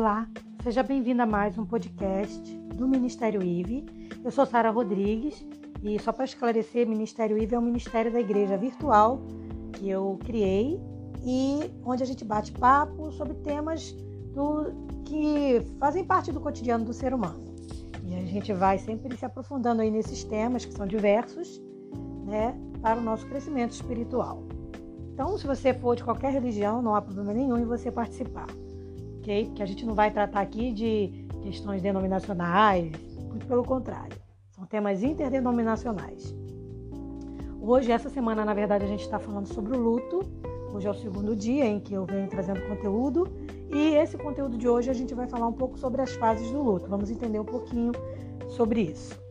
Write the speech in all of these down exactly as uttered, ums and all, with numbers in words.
Olá, seja bem-vinda a mais um podcast do Ministério I V E. Eu sou Sara Rodrigues e só para esclarecer, Ministério I V E é um ministério da igreja virtual que eu criei e onde a gente bate papo sobre temas do, que fazem parte do cotidiano do ser humano. E a gente vai sempre se aprofundando aí nesses temas que são diversos, né, para o nosso crescimento espiritual. Então, se você for de qualquer religião, não há problema nenhum em você participar. Okay? Porque a gente não vai tratar aqui de questões denominacionais, muito pelo contrário, são temas interdenominacionais. Hoje, essa semana, na verdade, a gente está falando sobre o luto. Hoje é o segundo dia em que eu venho trazendo conteúdo e esse conteúdo de hoje a gente vai falar um pouco sobre as fases do luto. Vamos entender um pouquinho sobre isso.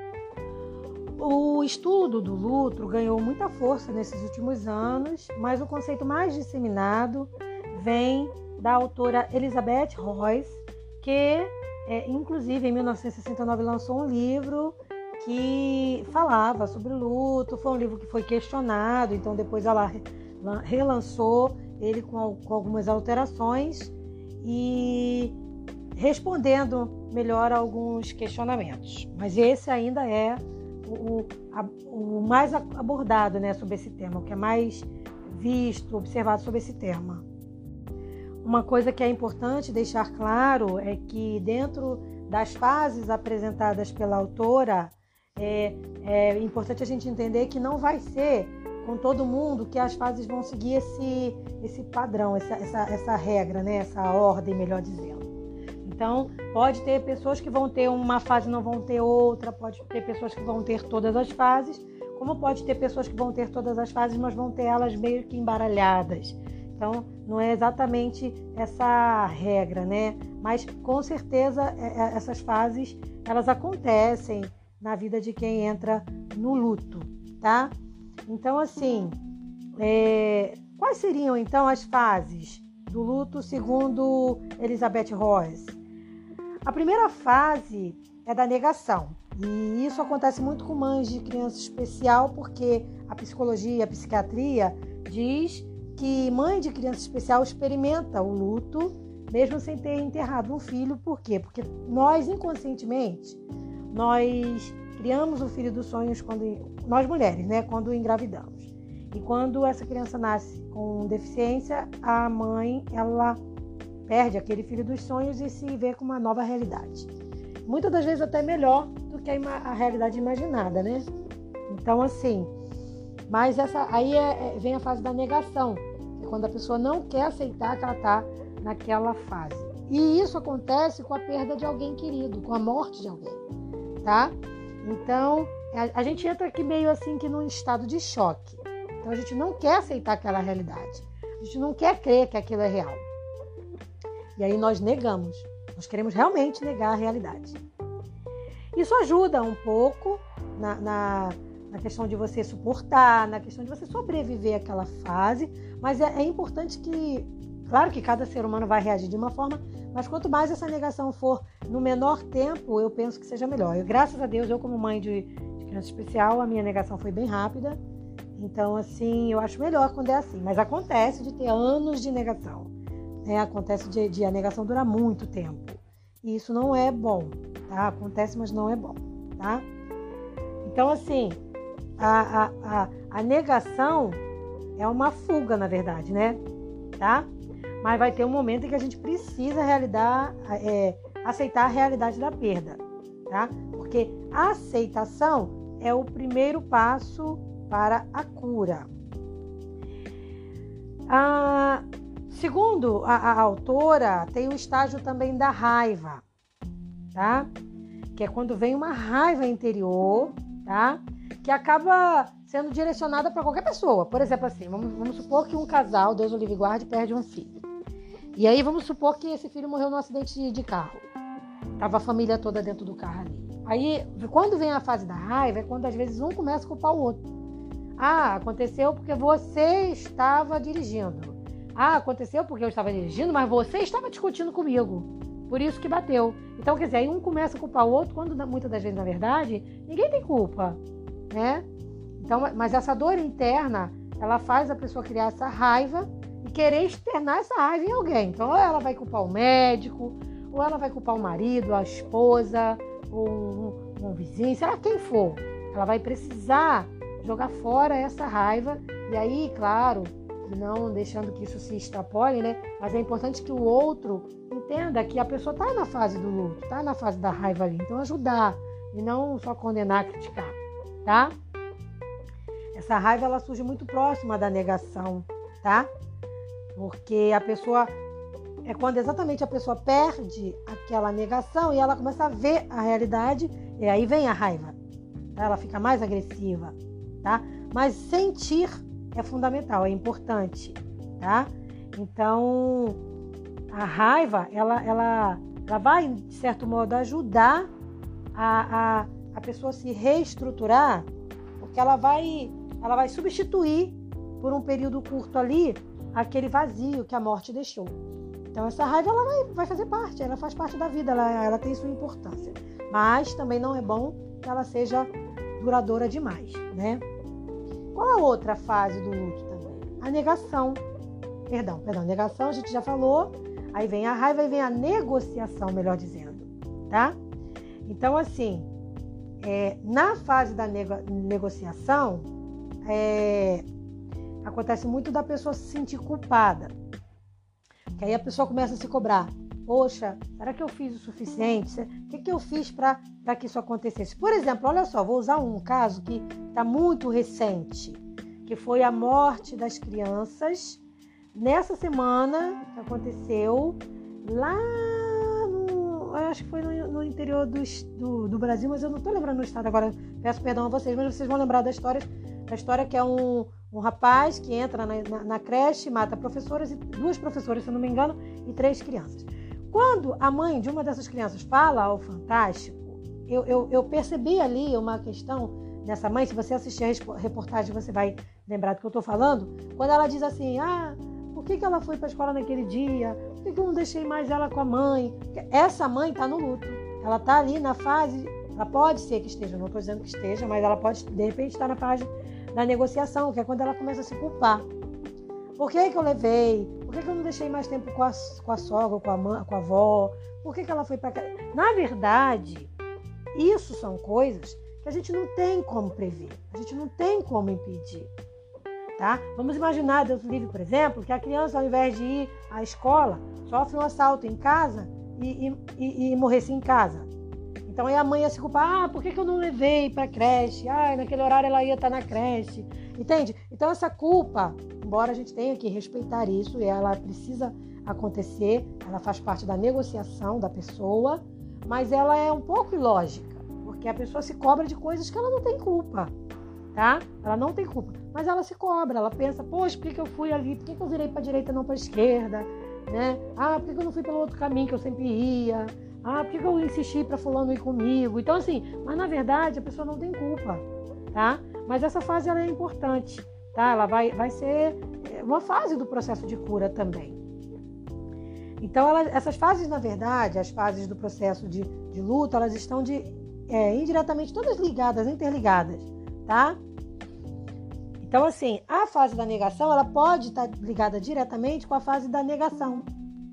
O estudo do luto ganhou muita força nesses últimos anos, mas o conceito mais disseminado vem da autora Elizabeth Ross, que, é, inclusive, em mil novecentos e sessenta e nove lançou um livro que falava sobre o luto. Foi um livro que foi questionado, então depois ela relançou ele com, com algumas alterações e respondendo melhor a alguns questionamentos. Mas esse ainda é o, a, o mais abordado, né, sobre esse tema, o que é mais visto, observado sobre esse tema. Uma coisa que é importante deixar claro é que dentro das fases apresentadas pela autora, é, é importante a gente entender que não vai ser com todo mundo que as fases vão seguir esse, esse padrão, essa, essa, essa regra, né? Essa ordem, melhor dizendo. Então, pode ter pessoas que vão ter uma fase e não vão ter outra, pode ter pessoas que vão ter todas as fases, como pode ter pessoas que vão ter todas as fases, mas vão ter elas meio que embaralhadas. Então, não é exatamente essa regra, né? Mas, com certeza, essas fases, elas acontecem na vida de quem entra no luto, tá? Então, assim, é... quais seriam, então, as fases do luto segundo Elizabeth Ross? A primeira fase é da negação. E isso acontece muito com mães de criança especial, porque a psicologia e a psiquiatria diz que mãe de criança especial experimenta o luto, mesmo sem ter enterrado um filho. Por quê? Porque nós, inconscientemente, nós criamos o filho dos sonhos, quando nós mulheres, né, quando engravidamos. E quando essa criança nasce com deficiência, a mãe, ela perde aquele filho dos sonhos e se vê com uma nova realidade. Muitas das vezes até melhor do que a, a realidade imaginada, né? Então, assim... Mas essa, aí é, é, vem a fase da negação, que é quando a pessoa não quer aceitar que ela está naquela fase. E isso acontece com a perda de alguém querido, com a morte de alguém, tá? Então, a, a gente entra aqui meio assim que num estado de choque. Então, a gente não quer aceitar aquela realidade. A gente não quer crer que aquilo é real. E aí nós negamos. Nós queremos realmente negar a realidade. Isso ajuda um pouco na... na na questão de você suportar, na questão de você sobreviver àquela fase, mas é, é importante que, claro que cada ser humano vai reagir de uma forma, mas quanto mais essa negação for no menor tempo, eu penso que seja melhor. Eu, graças a Deus, eu como mãe de, de criança especial, a minha negação foi bem rápida, então assim, eu acho melhor quando é assim, mas acontece de ter anos de negação, né? Acontece de, de a negação durar muito tempo, e isso não é bom, tá? Acontece, mas não é bom, tá? Então assim, A, a, a, a negação é uma fuga, na verdade, né? Tá? Mas vai ter um momento em que a gente precisa realidade, é, aceitar a realidade da perda, tá? Porque a aceitação é o primeiro passo para a cura. Ah, segundo a, a autora, tem o estágio também da raiva, tá? Que é quando vem uma raiva interior, tá? Que acaba sendo direcionada para qualquer pessoa. Por exemplo, assim, vamos, vamos supor que um casal, Deus o livre e guarde, perde um filho. E aí vamos supor que esse filho morreu num acidente de, de carro. Tava a família toda dentro do carro ali. Aí, quando vem a fase da raiva, é quando às vezes um começa a culpar o outro. Ah, aconteceu porque você estava dirigindo. Ah, aconteceu porque eu estava dirigindo, mas você estava discutindo comigo. Por isso que bateu. Então, quer dizer, aí um começa a culpar o outro, quando muitas das vezes, na verdade, ninguém tem culpa, né? Então, mas essa dor interna, ela faz a pessoa criar essa raiva e querer externar essa raiva em alguém. Então, ou ela vai culpar o médico, ou ela vai culpar o marido, a esposa, ou um, um vizinho, sei lá quem for. Ela vai precisar jogar fora essa raiva. E aí, claro, não deixando que isso se extrapole, né? Mas é importante que o outro entenda que a pessoa está na fase do luto, está na fase da raiva ali. Então, ajudar e não só condenar, criticar, tá? Essa raiva, ela surge muito próxima da negação, tá? Porque a pessoa, é quando exatamente a pessoa perde aquela negação e ela começa a ver a realidade, e aí vem a raiva, tá? Ela fica mais agressiva, tá? Mas sentir é fundamental, é importante, tá? Então, a raiva, ela, ela, ela vai, de certo modo, ajudar a, a, a pessoa se reestruturar, porque ela vai, ela vai substituir, por um período curto ali, aquele vazio que a morte deixou. Então, essa raiva, ela vai, vai fazer parte, ela faz parte da vida, ela, ela tem sua importância. Mas também não é bom que ela seja duradoura demais, né? Qual a outra fase do luto também? A negação. Perdão, perdão, negação a gente já falou. Aí vem a raiva e vem a negociação, melhor dizendo, tá? Então, assim, é, na fase da nego- negociação, é, acontece muito da pessoa se sentir culpada. Que aí a pessoa começa a se cobrar. Poxa, será que eu fiz o suficiente? O que, que eu fiz para que isso acontecesse? Por exemplo, olha só, vou usar um caso que está muito recente, que foi a morte das crianças nessa semana que aconteceu lá no, acho que foi no, no interior do, do, do Brasil, mas eu não estou lembrando o estado agora, peço perdão a vocês, mas vocês vão lembrar da história, da história que é um, um rapaz que entra na, na, na creche, mata professoras, e duas professoras, se eu não me engano, e três crianças. Quando a mãe de uma dessas crianças fala ao Fantástico, eu, eu, eu percebi ali uma questão dessa mãe, se você assistir a reportagem você vai lembrar do que eu estou falando, quando ela diz assim, ah, por que, que ela foi para a escola naquele dia? Por que, que eu não deixei mais ela com a mãe? Essa mãe está no luto, ela está ali na fase, ela pode ser que esteja, não estou dizendo que esteja, mas ela pode de repente estar na fase da negociação, que é quando ela começa a se culpar. Por que, que eu levei? Por que, que eu não deixei mais tempo com a, com a sogra, com a, mãe, com a avó? Por que, que ela foi para cá? Na verdade, isso são coisas que a gente não tem como prever, a gente não tem como impedir. Tá? Vamos imaginar, Deus livre, por exemplo, que a criança, ao invés de ir à escola, sofre um assalto em casa e, e, e, e morresse em casa. Então aí a mãe ia se culpar, ah, por que, que eu não levei para a creche? Ah, naquele horário ela ia estar na creche. Entende? Então essa culpa, embora a gente tenha que respeitar isso, e ela precisa acontecer, ela faz parte da negociação da pessoa, mas ela é um pouco ilógica, porque a pessoa se cobra de coisas que ela não tem culpa, tá? Ela não tem culpa, mas ela se cobra, ela pensa, poxa, por que, que eu fui ali? Por que, que eu virei para a direita e não para a esquerda? Né? Ah, por que, que eu não fui pelo outro caminho que eu sempre ia? Ah, por que, que eu insisti para fulano ir comigo? Então assim, mas na verdade a pessoa não tem culpa, tá? Mas essa fase ela é importante, tá? Ela vai, vai ser uma fase do processo de cura também. Então, ela, essas fases, na verdade, as fases do processo de, de luto, elas estão de, é, indiretamente todas ligadas, interligadas, tá? Então, assim, a fase da negação, ela pode estar ligada diretamente com a fase da negação.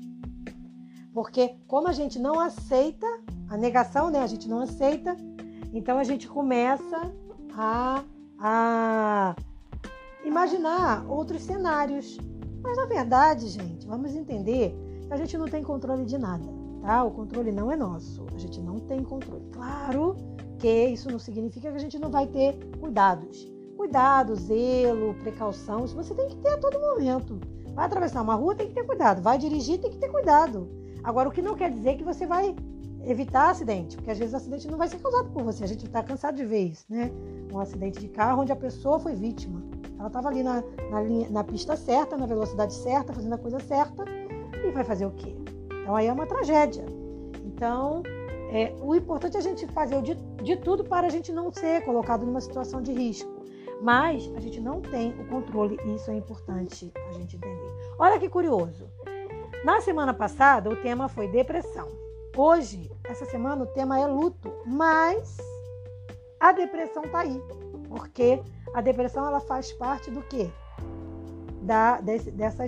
Porque como a gente não aceita, a negação, né? A gente não aceita, então a gente começa a, a imaginar outros cenários. Mas, na verdade, gente, vamos entender que a gente não tem controle de nada, tá? O controle não é nosso, a gente não tem controle. Claro que isso não significa que a gente não vai ter cuidados. Cuidado, zelo, precaução, isso você tem que ter a todo momento. Vai atravessar uma rua, tem que ter cuidado. Vai dirigir, tem que ter cuidado. Agora, o que não quer dizer que você vai evitar acidente, porque às vezes o acidente não vai ser causado por você. A gente está cansado de ver isso, né? Um acidente de carro onde a pessoa foi vítima. Ela estava ali na, na, linha, na pista certa, na velocidade certa, fazendo a coisa certa, e vai fazer o quê? Então, aí é uma tragédia. Então, é, o importante é a gente fazer de, de tudo para a gente não ser colocado numa situação de risco. Mas a gente não tem o controle e isso é importante a gente entender. Olha que curioso. Na semana passada, o tema foi depressão. Hoje, essa semana, o tema é luto, mas a depressão está aí. Porque a depressão ela faz parte do quê? Da, desse, dessas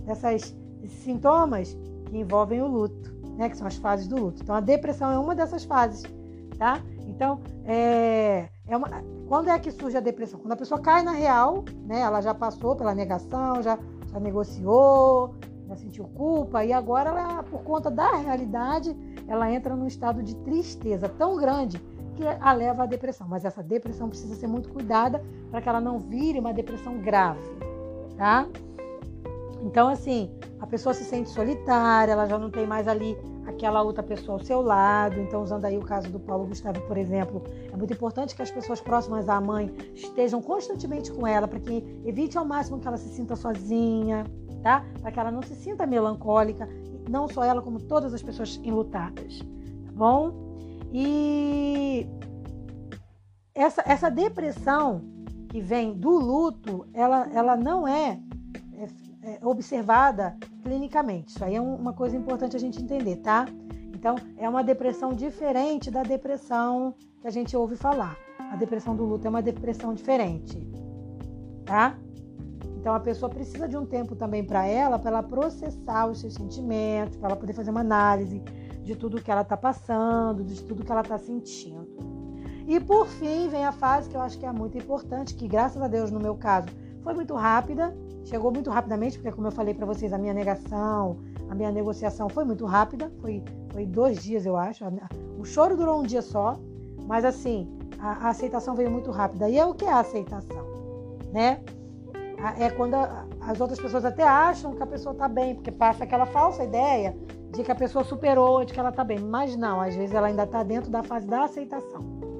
dessas, desses sintomas que envolvem o luto, né? Que são as fases do luto. Então, a depressão é uma dessas fases, tá? Então, é, é uma, quando é que surge a depressão? Quando a pessoa cai na real, né? Ela já passou pela negação, já, já negociou, já sentiu culpa, e agora, ela, por conta da realidade, ela entra num estado de tristeza tão grande que a leva à depressão. Mas essa depressão precisa ser muito cuidada para que ela não vire uma depressão grave, tá? Então, assim, a pessoa se sente solitária, ela já não tem mais ali aquela outra pessoa ao seu lado. Então, usando aí o caso do Paulo Gustavo, por exemplo, é muito importante que as pessoas próximas à mãe estejam constantemente com ela, para que evite ao máximo que ela se sinta sozinha, tá? Para que ela não se sinta melancólica, não só ela, como todas as pessoas enlutadas, tá bom? E essa, essa depressão que vem do luto, ela, ela não é, é, é observada clinicamente. Isso aí é uma coisa importante a gente entender, tá? Então, é uma depressão diferente da depressão que a gente ouve falar. A depressão do luto é uma depressão diferente, tá? Então, a pessoa precisa de um tempo também para ela, para ela processar os seus sentimentos, para ela poder fazer uma análise de tudo que ela está passando, de tudo que ela está sentindo. E, por fim, vem a fase que eu acho que é muito importante, que, graças a Deus, no meu caso, foi muito rápida, chegou muito rapidamente, porque, como eu falei para vocês, a minha negação, a minha negociação foi muito rápida, foi, foi dois dias, eu acho. O choro durou um dia só, mas, assim, a, a aceitação veio muito rápida. E é o que é a aceitação, né? É quando as outras pessoas até acham que a pessoa está bem, porque passa aquela falsa ideia de que a pessoa superou, de que ela está bem. Mas não, às vezes ela ainda está dentro da fase da aceitação.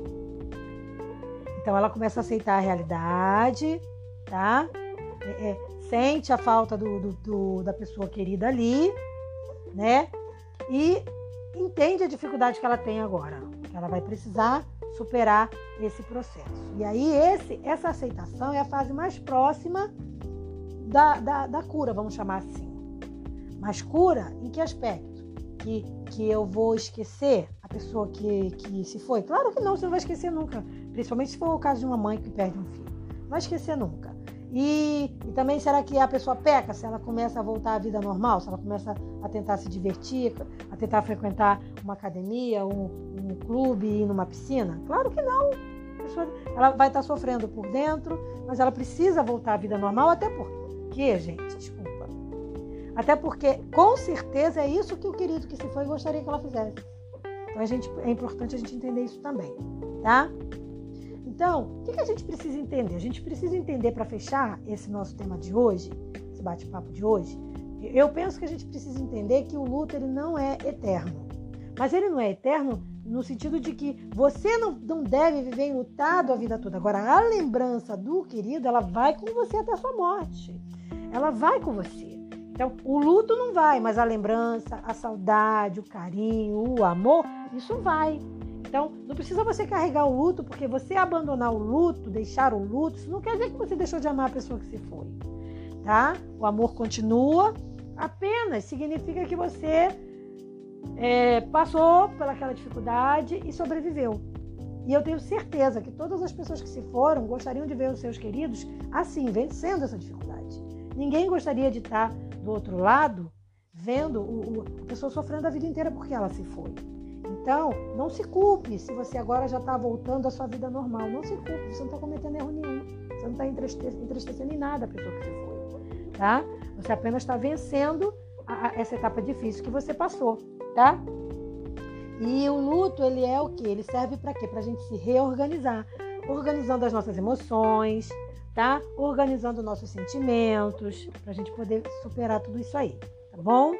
Então ela começa a aceitar a realidade, tá? É, é, sente a falta do, do, do, da pessoa querida ali, né? E entende a dificuldade que ela tem agora, que ela vai precisar superar esse processo. E aí esse, essa aceitação é a fase mais próxima da, da, da cura, vamos chamar assim. Mas cura em que aspecto? Que, que eu vou esquecer a pessoa que, que se foi? Claro que não, você não vai esquecer nunca. Principalmente se for o caso de uma mãe que perde um filho. Não vai esquecer nunca. E, e também, será que a pessoa peca se ela começa a voltar à vida normal? Se ela começa a tentar se divertir, a tentar frequentar uma academia, um, um clube, ir numa piscina? Claro que não. A pessoa, ela vai estar sofrendo por dentro, mas ela precisa voltar à vida normal. Até porque, gente, desculpa. Até porque, com certeza, é isso que o querido que se foi gostaria que ela fizesse. Então, a gente, é importante a gente entender isso também, tá? Então, o que a gente precisa entender? A gente precisa entender, para fechar esse nosso tema de hoje, esse bate-papo de hoje, eu penso que a gente precisa entender que o luto ele não é eterno. Mas ele não é eterno no sentido de que você não, não deve viver enlutado a vida toda. Agora, a lembrança do querido, ela vai com você até a sua morte. Ela vai com você. Então, o luto não vai, mas a lembrança, a saudade, o carinho, o amor, isso vai. Então, não precisa você carregar o luto, porque você abandonar o luto, deixar o luto, isso não quer dizer que você deixou de amar a pessoa que se foi, tá? O amor continua, apenas significa que você é, passou pelaquela dificuldade e sobreviveu. E eu tenho certeza que todas as pessoas que se foram gostariam de ver os seus queridos assim, vencendo essa dificuldade. Ninguém gostaria de estar do outro lado, vendo o, o, a pessoa sofrendo a vida inteira porque ela se foi. Então, não se culpe se você agora já está voltando à sua vida normal. Não se culpe, você não está cometendo erro nenhum. Você não está entristecendo, entristecendo em nada a pessoa que se foi, tá? Você apenas está vencendo a, a, essa etapa difícil que você passou, tá? E o luto, ele é o quê? Ele serve para quê? Para a gente se reorganizar. Organizando as nossas emoções, tá? Organizando nossos sentimentos, para a gente poder superar tudo isso aí, tá bom?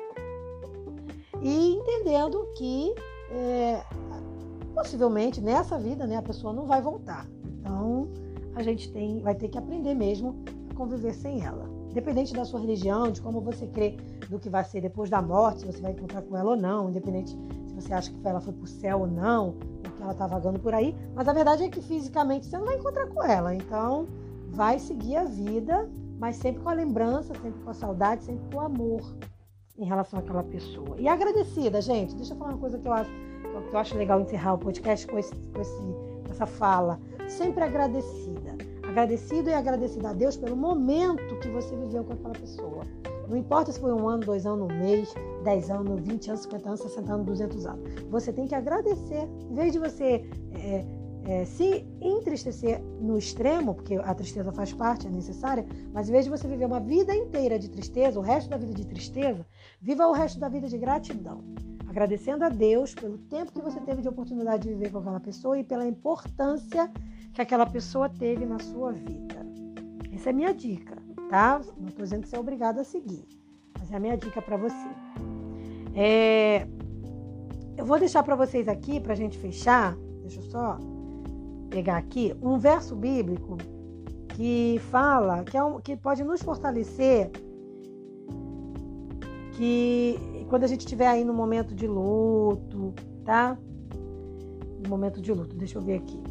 E entendendo que É, possivelmente nessa vida, né, a pessoa não vai voltar. Então a gente tem, vai ter que aprender mesmo a conviver sem ela. Independente da sua religião, de como você crê do que vai ser depois da morte, se você vai encontrar com ela ou não, independente se você acha que ela foi pro céu ou não, ou que ela tá vagando por aí, mas a verdade é que fisicamente você não vai encontrar com ela. Então vai seguir a vida, mas sempre com a lembrança, sempre com a saudade, sempre com o amor em relação àquela pessoa. E agradecida, gente, deixa eu falar uma coisa que eu acho, que eu acho legal encerrar o podcast com, esse, com, esse, com essa fala. Sempre agradecida. Agradecido e agradecida a Deus pelo momento que você viveu com aquela pessoa. Não importa se foi um ano, dois anos, um mês, dez anos, vinte anos, cinquenta anos, sessenta anos, duzentos anos. Você tem que agradecer. Em vez de você é, é, se entristecer no extremo, porque a tristeza faz parte, é necessária, mas em vez de você viver uma vida inteira de tristeza, o resto da vida de tristeza, viva o resto da vida de gratidão. Agradecendo a Deus pelo tempo que você teve de oportunidade de viver com aquela pessoa e pela importância que aquela pessoa teve na sua vida. Essa é a minha dica, tá? Não estou dizendo que você é obrigado a seguir, mas é a minha dica para você. É... Eu vou deixar para vocês aqui, para a gente fechar, deixa eu só pegar aqui, um verso bíblico que fala, que, é um, que pode nos fortalecer, que quando a gente estiver aí no momento de luto, tá? No momento de luto, deixa eu ver aqui.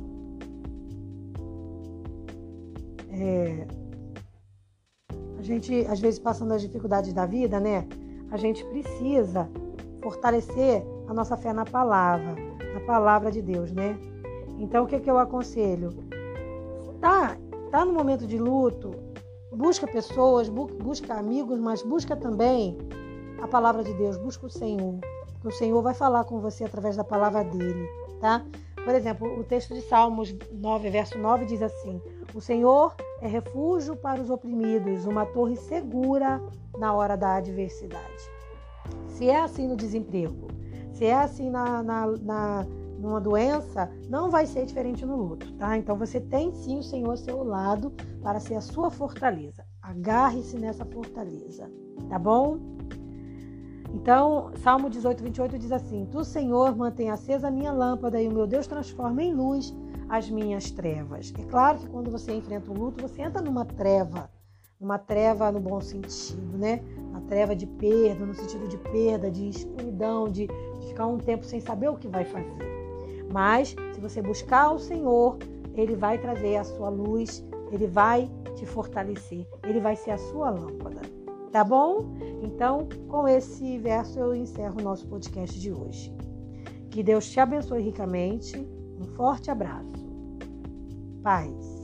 É, a gente, às vezes, passando as dificuldades da vida, né? A gente precisa fortalecer a nossa fé na palavra, na palavra de Deus, né? Então, o que, que eu aconselho? Tá, tá no momento de luto, busca pessoas, bu- busca amigos, mas busca também a palavra de Deus, busca o Senhor, porque o Senhor vai falar com você através da palavra dele, tá? Por exemplo, o texto de Salmos nove, verso nove diz assim: o Senhor é refúgio para os oprimidos, uma torre segura na hora da adversidade. Se é assim no desemprego, se é assim na, na, na, numa doença, não vai ser diferente no luto, tá? Então você tem sim o Senhor ao seu lado para ser a sua fortaleza. Agarre-se nessa fortaleza, tá bom? Então, Salmo dezoito, vinte e oito diz assim: Tu, Senhor, mantém acesa a minha lâmpada e o meu Deus transforma em luz as minhas trevas. É claro que quando você enfrenta o luto, você entra numa treva, numa treva no bom sentido, né? Uma treva de perda, no sentido de perda, de escuridão, de, de ficar um tempo sem saber o que vai fazer. Mas, se você buscar o Senhor, Ele vai trazer a sua luz, Ele vai te fortalecer, Ele vai ser a sua lâmpada. Tá bom? Então, com esse verso eu encerro o nosso podcast de hoje. Que Deus te abençoe ricamente. Um forte abraço. Paz.